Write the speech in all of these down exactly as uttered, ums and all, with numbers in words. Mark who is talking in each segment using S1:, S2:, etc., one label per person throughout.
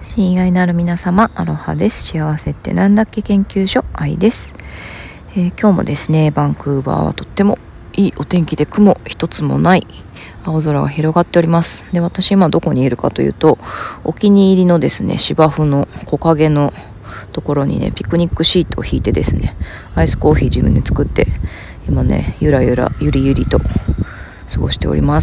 S1: 親愛なる皆様、アロハです。幸せってなんだっけ研究所愛です、えー、今日もですね、バンクーバーはとってもいいお天気で雲一つもない青空が広がっております。で、私今どこにいるかというと、お気に入りのですね、芝生の木陰のところにね、ピクニックシートを引いてですね、アイスコーヒー自分で作って今ね、ゆらゆらゆりゆりと過ごしております。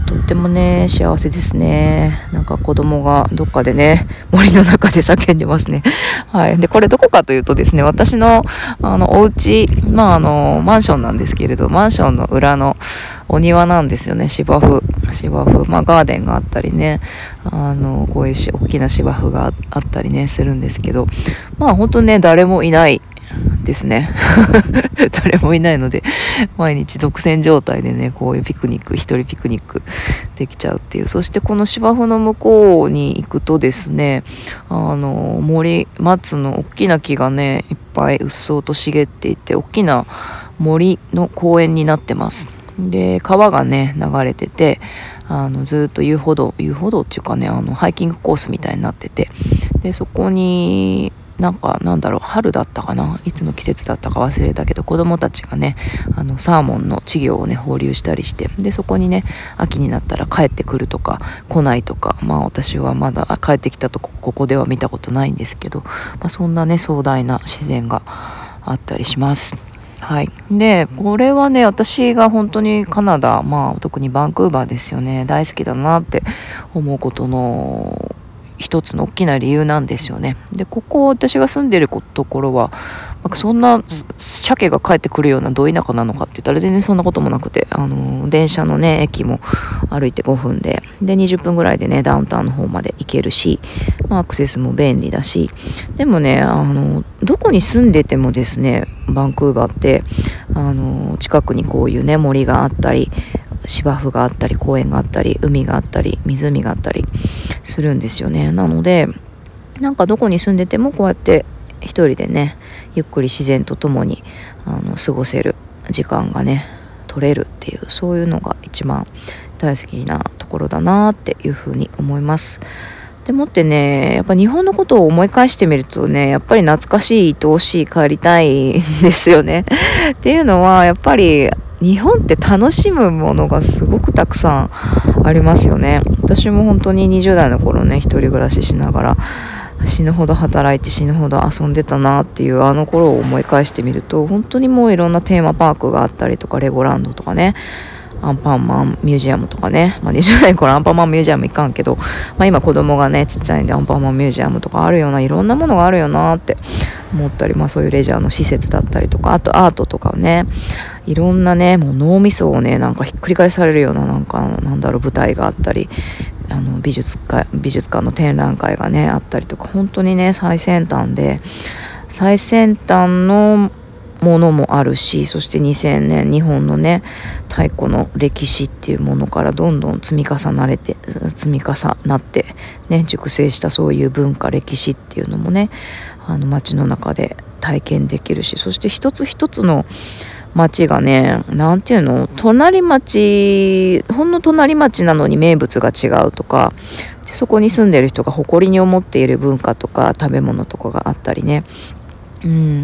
S1: とってもね、幸せですね。なんか子供がどっかでね、森の中で叫んでますね。はい。で、これどこかというとですね、私のあのお家、まああのマンションなんですけれど、マンションの裏のお庭なんですよね。芝生、芝生、まあガーデンがあったりね、あのこういうし大きな芝生があったりねするんですけど、まあ本当ね、誰もいないですね誰もいないので毎日独占状態でね、こういうピクニック、一人ピクニックできちゃうっていう。そしてこの芝生の向こうに行くとですね、あの森、松の大きな木がねいっぱいうっそうと茂っていて、大きな森の公園になってます。で、川がね流れてて、あのずっと遊歩道遊歩道っていうかね、あのハイキングコースみたいになってて、でそこになんかなんだろう、春だったかな、いつの季節だったか忘れたけど、子供たちがね、あのサーモンの稚魚をね放流したりして、でそこにね、秋になったら帰ってくるとか来ないとか、まあ私はまだ帰ってきたとこここでは見たことないんですけど、まあ、そんなね壮大な自然があったりします。はい。で、これはね、私が本当にカナダ、まあ特にバンクーバーですよね、大好きだなって思うことの一つの大きな理由なんですよね。で、ここ私が住んでるところは、まあ、そんな鮭が帰ってくるようなど田舎なのかって言ったら全然そんなこともなくて、あの電車のね駅も歩いてごふんで、でにじゅっぷんぐらいでねダウンタウンの方まで行けるし、まあ、アクセスも便利だし、でもね、あのどこに住んでてもですね、バンクーバーってあの近くにこういうね森があったり、芝生があったり、公園があったり、海があったり、湖があったりするんですよね。なので、なんかどこに住んでてもこうやって一人でね、ゆっくり自然とともにあの過ごせる時間がね取れるっていう、そういうのが一番大好きなところだなっていうふうに思います。でもってね、やっぱ日本のことを思い返してみるとね、やっぱり懐かしい、愛おしい、帰りたいんですよねっていうのは、やっぱり日本って楽しむものがすごくたくさんありますよね。私も本当ににじゅう代の頃ね、一人暮らししながら死ぬほど働いて死ぬほど遊んでたなっていうあの頃を思い返してみると、本当にもういろんなテーマパークがあったりとか、レゴランドとかね、アンパンマンミュージアムとかね、まあ、にじゅう代の頃アンパンマンミュージアム行かんけど、まあ、今子供がねちっちゃいんでアンパンマンミュージアムとかあるような、いろんなものがあるよなって思ったり、まあそういうレジャーの施設だったりとか、あとアートとかね、いろんなね、もう脳みそをねなんかひっくり返されるような、なんかなんだろう、舞台があったり、あの美術館美術館の展覧会がねあったりとか、本当にね最先端で、最先端のものもあるし、そしてにせんねん日本のね太古の歴史っていうものからどんどん積み重なれて積み重なってね、熟成したそういう文化、歴史っていうのもね、あの街の中で体験できるし、そして一つ一つの町がね、なんていうの、隣町、ほんの隣町なのに名物が違うとか、そこに住んでる人が誇りに思っている文化とか食べ物とかがあったりね、うん、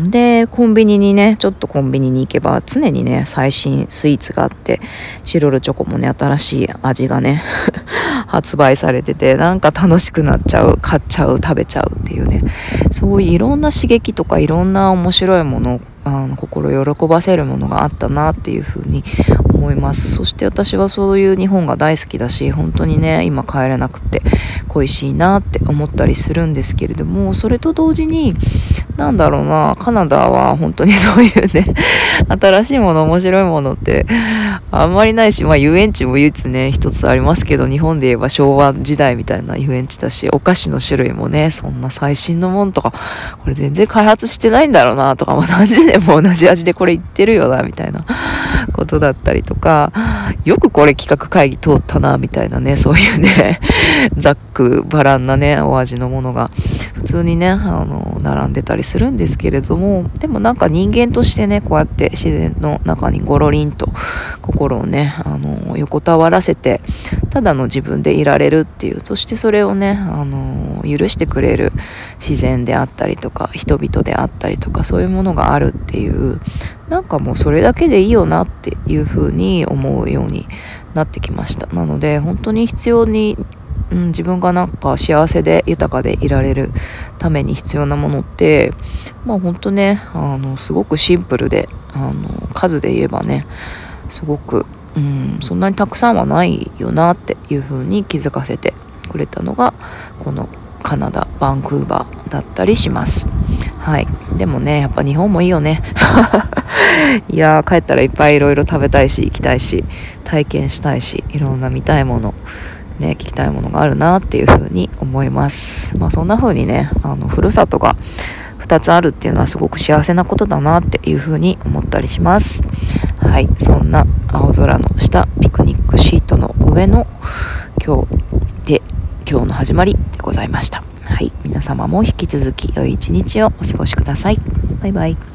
S1: でコンビニにね、ちょっとコンビニに行けば常にね最新スイーツがあって、チロルチョコもね新しい味がね発売されてて、なんか楽しくなっちゃう、買っちゃう、食べちゃうっていうね、そういういろんな刺激とかいろんな面白いもの、あの心喜ばせるものがあったなっていうふうに思います。そして私はそういう日本が大好きだし、本当にね今帰れなくて恋しいなって思ったりするんですけれども、それと同時になんだろうな、カナダは本当にそういうね新しいもの、面白いものってあんまりないし、まあ遊園地も唯一ね一つありますけど、日本で言えば昭和時代みたいな遊園地だし、お菓子の種類もねそんな最新のものとか、これ全然開発してないんだろうなとか、もう何十年も同じ味でこれ言ってるよなみたいなことだったりとか、よくこれ企画会議通ったなみたいなね、そういうねざっくばらんなねお味のものが普通にねあの並んでたりするんですけれども、でもなんか人間としてねこうやって自然の中にゴロリンと心をねあの横たわらせてただの自分でいられるっていう、そしてそれをねあの許してくれる自然であったりとか人々であったりとか、そういうものがあるっていう、なんかもうそれだけでいいよなっていう風に思うようになってきました。なので本当に必要に、うん、自分がなんか幸せで豊かでいられるために必要なものって、まあ本当ねあのすごくシンプルで、あの数で言えばねすごく、うん、そんなにたくさんはないよなっていう風に気づかせてくれたのがこのカナダバンクーバーだったりします。はい。でもねやっぱ日本もいいよねいやー帰ったらいっぱいいろいろ食べたいし行きたいし体験したいし、いろんな見たいものね聞きたいものがあるなっていう風に思います。まあそんな風にねあのふるさとがふたつあるっていうのはすごく幸せなことだなっていう風に思ったりします。はい。そんな青空の下ピクニックシートの上の今日で今日の始まりでございました。はい。皆様も引き続き良い一日をお過ごしください。バイバイ。